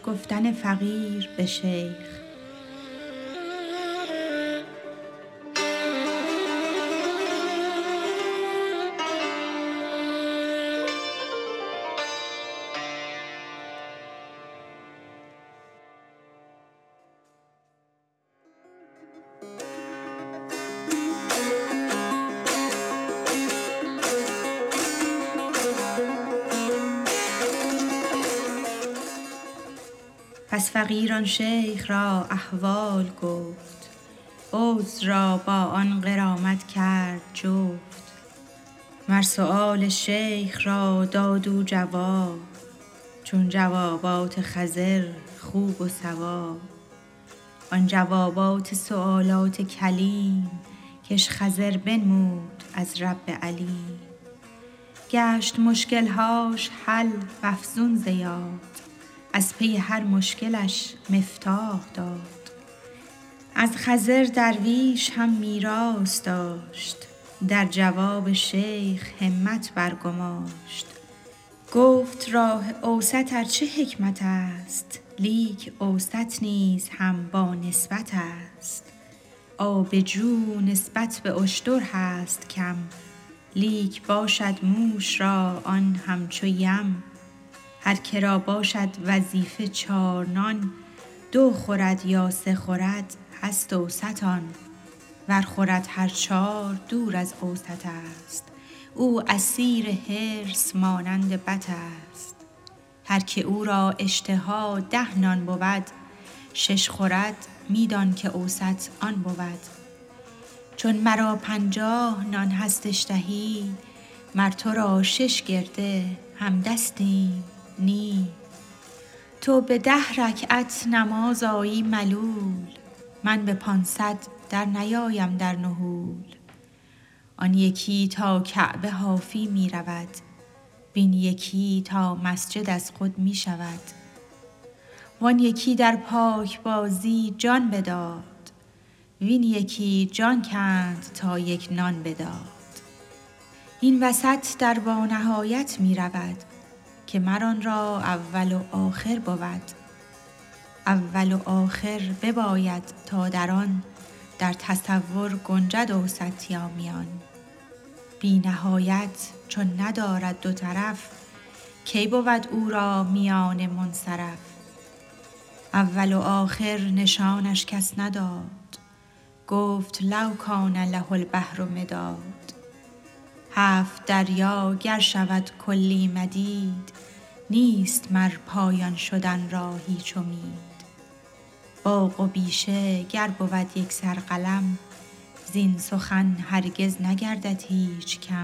گفتن فقیر به شیخ. پس فقیر آن شیخ را احوال گفت، عذر را با آن غرامت کرد جفت. مر سؤال شیخ را داد او جواب، چون جوابات خضر خوب و صواب. آن جوابات سؤالات کلیم، کش خضر بنمود از رب علیم. گشت مشکلهاش حل وافزون ز یاد، از پی هر مشکلش مفتاح داد. از خضر درویش هم میراث داشت، در جواب شیخ همت برگماشت. گفت راه اوسط ارچه حکمت است، لیک اوسط نیز هم با نسبت است. آب جو نسبت به اشتر هست کم، لیک باشد موش را آن همچو یم. هر که را باشد وظیفه 4 نان، 2 خورد یا 3 خورد هست اوسط آن. ور خورد هر 4 دور از اوسط است، او اسیر حرص مانند بط است. هر که او را اشتها 10 نان بود، 6 خورد می دان که اوسط آن بود. چون مرا 50 نان هست اشتهی، مر تو را 6 گرده هم دستیم نی. تو به 10 رکعت نماز آیی ملول، من به 500 در نیایم در نحول. آن یکی تا کعبه حافی می رود، وین یکی تا مسجد از خود می شود. وان یکی در پاک بازی جان بداد، وین یکی جان کند تا 1 نان بداد. این وسط در بانهایت می رود، که مر آن را اول و آخر بود. اول و آخر بباید تا در آن، در تصور گنجد اوسطیا میان. بی نهایت چون ندارد 2 طرف، کی بود او را میانه منصرف. اول و آخر نشانش کس نداد، گفت لو کان له البحر مداد. 7 دریا گر شود کلی مدید، نیست مر پایان شدن را هیچ امید. باغ و بیشه گر بود یکسر قلم، زین سخن هرگز نگردد هیچ کم.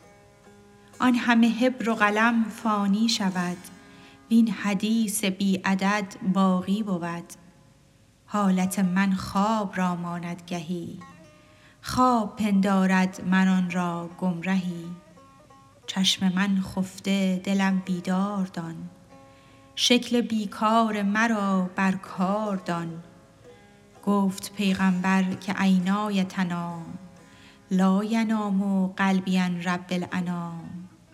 آن همه حبر و قلم فانی شود، وین حدیث بی عدد باقی بود. حالت من خواب را ماند گهی، خواب پندارد مر آن را گمرهی. چشم من خفته دلم بیدار دان، شکل بیکار مرا بر کار دان. گفت پیغمبر که عینای تنام، لا ینام قلبی عن رب الانام.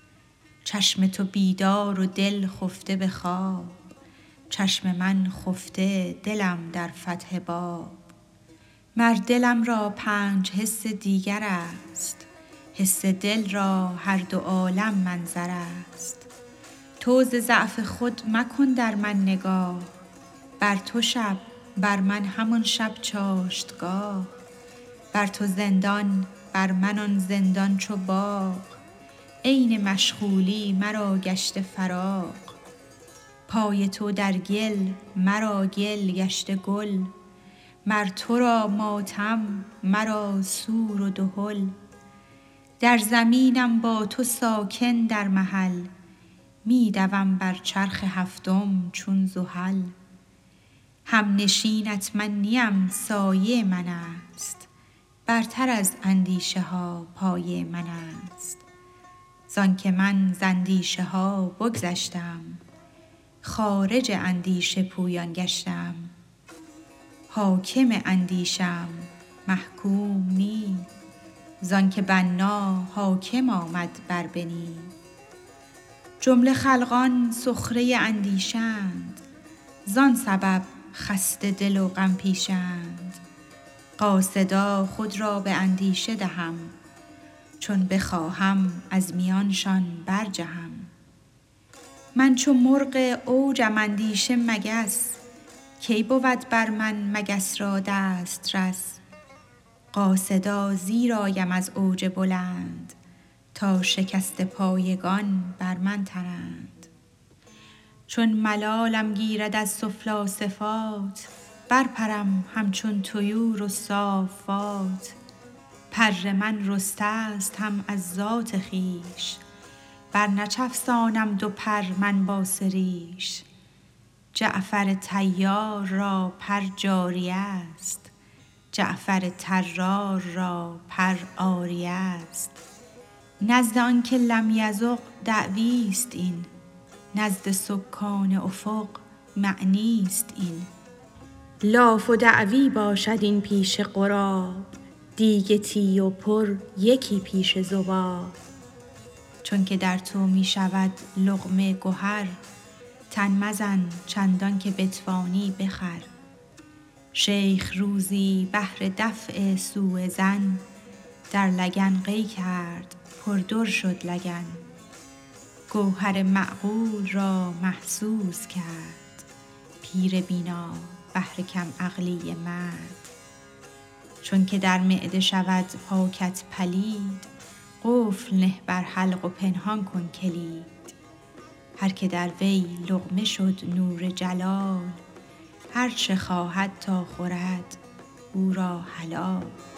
چشم تو بیدار و دل خفته به خواب، چشم من خفته دلم در فتح باب. مر دلم را 5 حس دیگر است، حس دل را هر 2 عالم منظر است. تو ز ضعف خود مکن در من نگاه، بر تو شب بر من همان شب چاشتگاه. بر تو زندان بر من آن زندان چو باغ، عین مشغولی مرا گشته فراغ. پای تو در گل مرا گل گشته گل، مر تو را ماتم مرا سور و دهل. در زمینم با تو ساکن در محل، می دوم بر چرخ 7م چون زحل. هم نشینت من نیم سایه من است، برتر از اندیشه ها پایه من است. زانکه من ز اندیشه ها بگذشتم، خارج اندیشه پویان گشتم. حاکم اندیشم محکوم نی، زانکه بنا حاکم آمد بر بنی. جمله خلقان سخره اندیشه اند، زان سبب خسته دل و غم پیشند. قاصدا خود را به اندیشه دهم، چون بخواهم از میانشان برجهم. من چو مرغ اوجم اندیشه مگس، کی بود بر من مگس را دست رس. قاصدا زیر آیم از اوج بلند، تا شکسته پایگان بر من تنند. چون ملالم گیرد از سفلی صفات، برپرم همچون طیور و صافات. پر من رسته است هم از ذات خویش، بر نچفسانم دو پر من با سریش. جعفر طیار را پر جاریه است، جعفر طرار را پر عاریه است. نزد آن که لم یذق دعویست این، نزد سکان افق معنیست این. لاف و دعوی باشد این پیش غراب، دیگ تی و پر یکی پیش ذباب. چون که در تو می شود لقمه گهر، تن مزن چندان که بتوانی بخور. شیخ روزی بهر دفع سؤ ظن، در لگن قی کرد پر در شد لگن. گوهر معقول را محسوس کرد، پیر بینا بهر کم عقلی مرد. چون که در معده شود پاکت پلید، قفل نه بر حلق و پنهان کن کلید. هر که در وی لقمه شد نور جلال، هر چه خواهد تا خورد او را حلال.